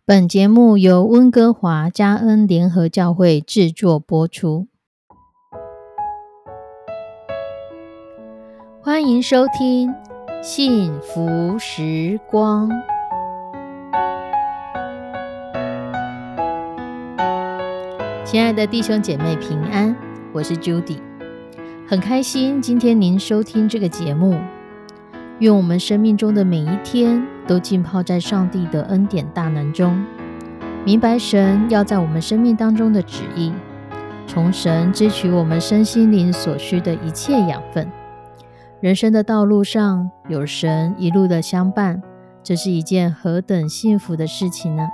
本节目由温哥华嘉恩联合教会制作播出。欢迎收听幸福时光。亲爱的弟兄姐妹平安，我是 Judy， 很开心今天您收听这个节目。愿我们生命中的每一天都浸泡在上帝的恩典大能中，明白神要在我们生命当中的旨意，从神支取我们身心灵所需的一切养分。人生的道路上有神一路的相伴，这是一件何等幸福的事情呢？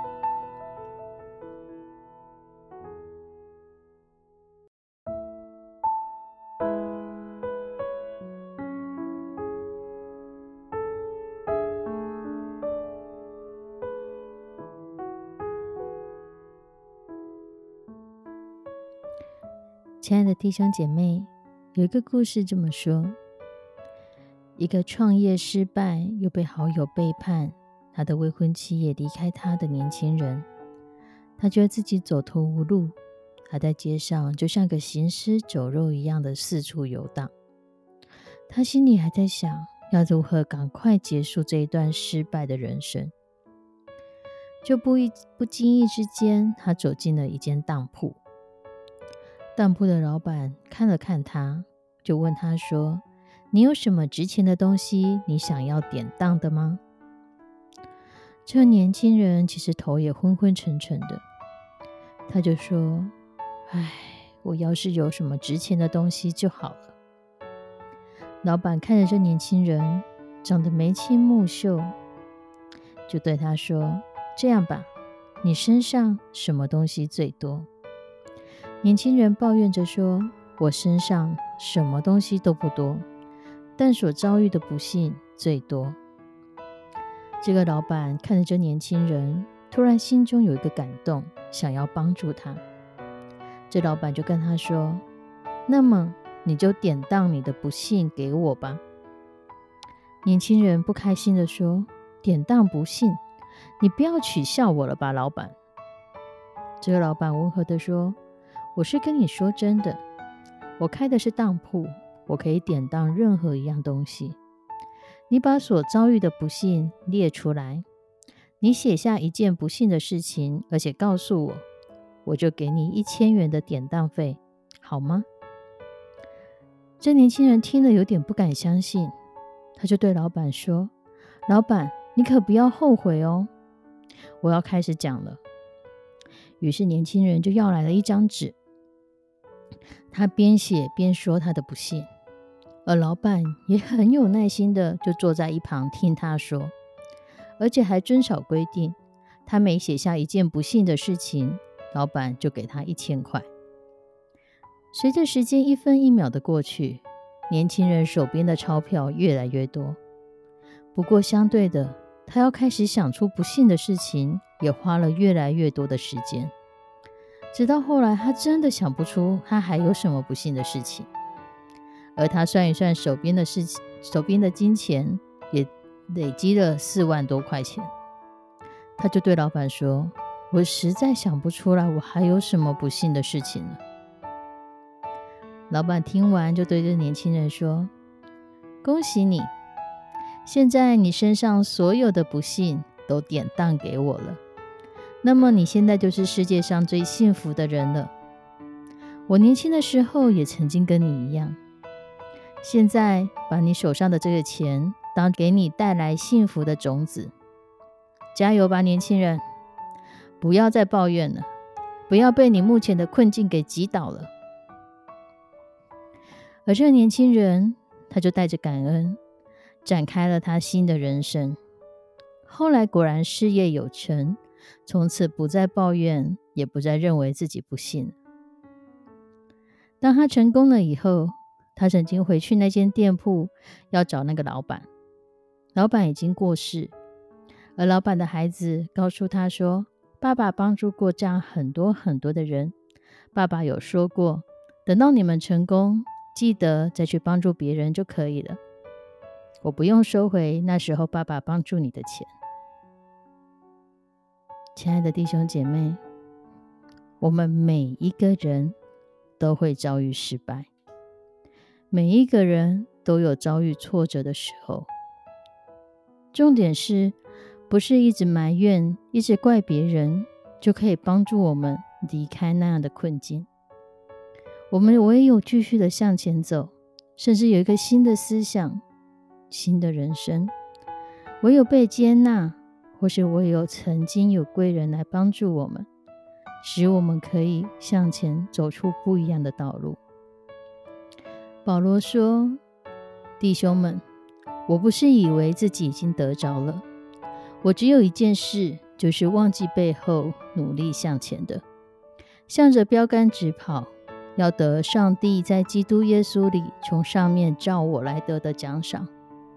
亲爱的弟兄姐妹，有一个故事这么说：一个创业失败又被好友背叛，他的未婚妻也离开他的年轻人，他觉得自己走投无路，他在街上就像个行尸走肉一样的四处游荡。他心里还在想，要如何赶快结束这一段失败的人生。就不经意之间，他走进了一间当铺。当铺的老板看了看他，就问他说：你有什么值钱的东西你想要典当的吗？这个年轻人其实头也昏昏沉沉的，他就说：我要是有什么值钱的东西就好了。老板看着这年轻人长得眉清目秀，就对他说：这样吧，你身上什么东西最多？年轻人抱怨着说：我身上什么东西都不多，但所遭遇的不幸最多。这个老板看着这年轻人，突然心中有一个感动，想要帮助他。这老板就跟他说：那么你就典当你的不幸给我吧。年轻人不开心地说：典当不幸？你不要取笑我了吧，老板。这个老板温和地说：我是跟你说真的，我开的是当铺，我可以典当任何一样东西。你把所遭遇的不幸列出来，你写下一件不幸的事情，而且告诉我，我就给你1000元的典当费，好吗？这年轻人听了有点不敢相信，他就对老板说：老板，你可不要后悔哦，我要开始讲了。于是年轻人就要来了一张纸，他边写边说他的不幸，而老板也很有耐心的就坐在一旁听他说，而且还遵守规定，他每写下一件不幸的事情，老板就给他1000块。随着时间一分一秒的过去，年轻人手边的钞票越来越多，不过相对的，他要开始想出不幸的事情，也花了越来越多的时间。直到后来他真的想不出他还有什么不幸的事情，而他算一算手边的金钱也累积了4万多块钱。他就对老板说：我实在想不出来我还有什么不幸的事情了。老板听完就对这年轻人说：恭喜你，现在你身上所有的不幸都典当给我了，那么你现在就是世界上最幸福的人了。我年轻的时候也曾经跟你一样，现在把你手上的这个钱当给你带来幸福的种子。加油吧，年轻人，不要再抱怨了，不要被你目前的困境给击倒了。而这个年轻人，他就带着感恩展开了他新的人生。后来果然事业有成，从此不再抱怨，也不再认为自己不幸。当他成功了以后，他曾经回去那间店铺要找那个老板，老板已经过世，而老板的孩子告诉他说：爸爸帮助过这样很多很多的人，爸爸有说过，等到你们成功，记得再去帮助别人就可以了，我不用收回那时候爸爸帮助你的钱。 亲爱的弟兄姐妹，我们每一个人都会遭遇失败，每一个人都有遭遇挫折的时候。重点是，不是一直埋怨，一直怪别人，就可以帮助我们离开那样的困境。我们唯有继续的向前走，甚至有一个新的思想、新的人生。唯有被接纳，或是唯有曾经有贵人来帮助我们，使我们可以向前走出不一样的道路。保罗说：弟兄们，我不是以为自己已经得着了，我只有一件事，就是忘记背后，努力向前的，向着标杆直跑，要得上帝在基督耶稣里从上面召我来得的奖赏。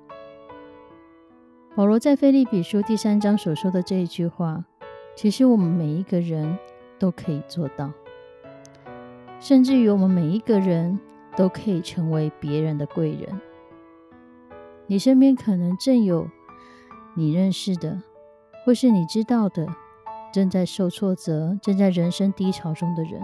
保罗在腓立比书第3章所说的这一句话，其实我们每一个人都可以做到，甚至于我们每一个人都可以成为别人的贵人。你身边可能正有你认识的，或是你知道的，正在受挫折、正在人生低潮中的人，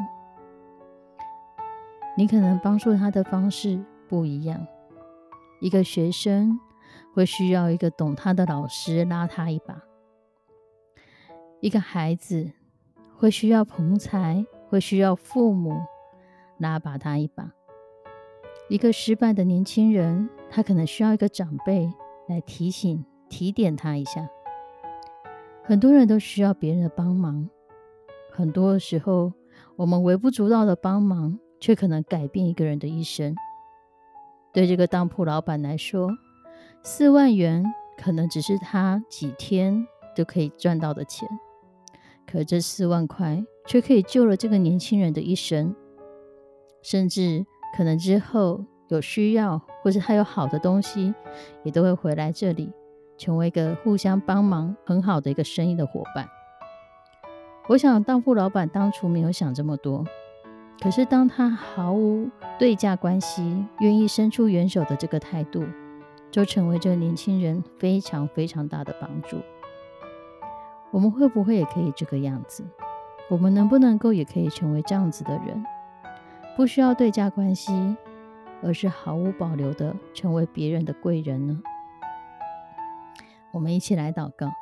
你可能帮助他的方式不一样。一个学生会需要一个懂他的老师拉他一把，一个孩子会需要同侪，会需要父母拉拔他一把，一个失败的年轻人，他可能需要一个长辈来提醒、提点他一下。很多人都需要别人的帮忙，很多时候我们微不足道的帮忙，却可能改变一个人的一生。对这个当铺老板来说，4万元可能只是他几天就可以赚到的钱，可这4万块却可以救了这个年轻人的一生。甚至可能之后有需要，或是他有好的东西，也都会回来这里，成为一个互相帮忙很好的一个生意的伙伴。我想当铺老板当初没有想这么多，可是当他毫无对价关系，愿意伸出援手的这个态度，就成为这个年轻人非常非常大的帮助。我们会不会也可以这个样子？我们能不能够也可以成为这样子的人？不需要对价关系，而是毫无保留的成为别人的贵人呢？我们一起来祷告。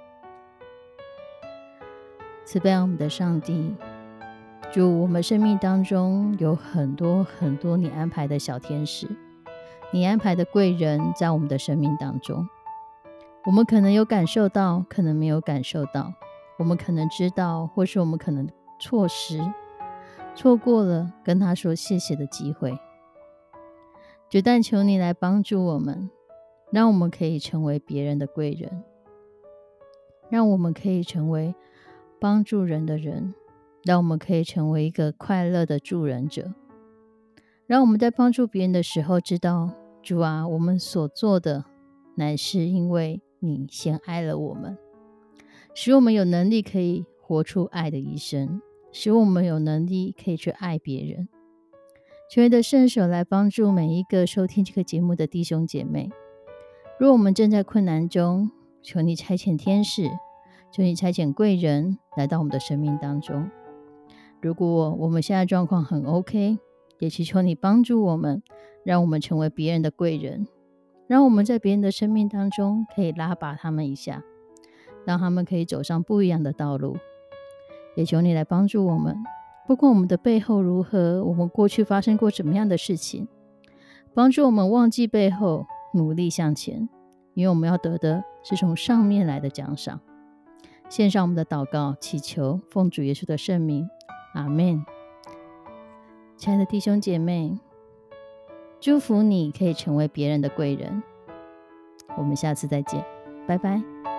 慈悲我们的上帝，主，我们生命当中有很多很多你安排的小天使，你安排的贵人在我们的生命当中。我们可能有感受到，可能没有感受到，我们可能知道，或是我们可能错失，错过了跟他说谢谢的机会。主，但求你来帮助我们，让我们可以成为别人的贵人，让我们可以成为帮助人的人，让我们可以成为一个快乐的助人者，让我们在帮助别人的时候知道，主啊，我们所做的乃是因为你先爱了我们，使我们有能力可以活出爱的一生，使我们有能力可以去爱别人。求你的圣手来帮助每一个收听这个节目的弟兄姐妹。若我们正在困难中，求你差遣天使，求你差遣贵人来到我们的生命当中。如果我们现在状况很 OK， 也祈求你帮助我们，让我们成为别人的贵人，让我们在别人的生命当中可以拉拔他们一下，让他们可以走上不一样的道路。也求你来帮助我们，不管我们的背后如何，我们过去发生过什么样的事情，帮助我们忘记背后，努力向前，因为我们要得的是从上面来的奖赏。献上我们的祷告，祈求奉主耶稣的圣名，阿们。亲爱的弟兄姐妹，祝福你可以成为别人的贵人。我们下次再见，拜拜。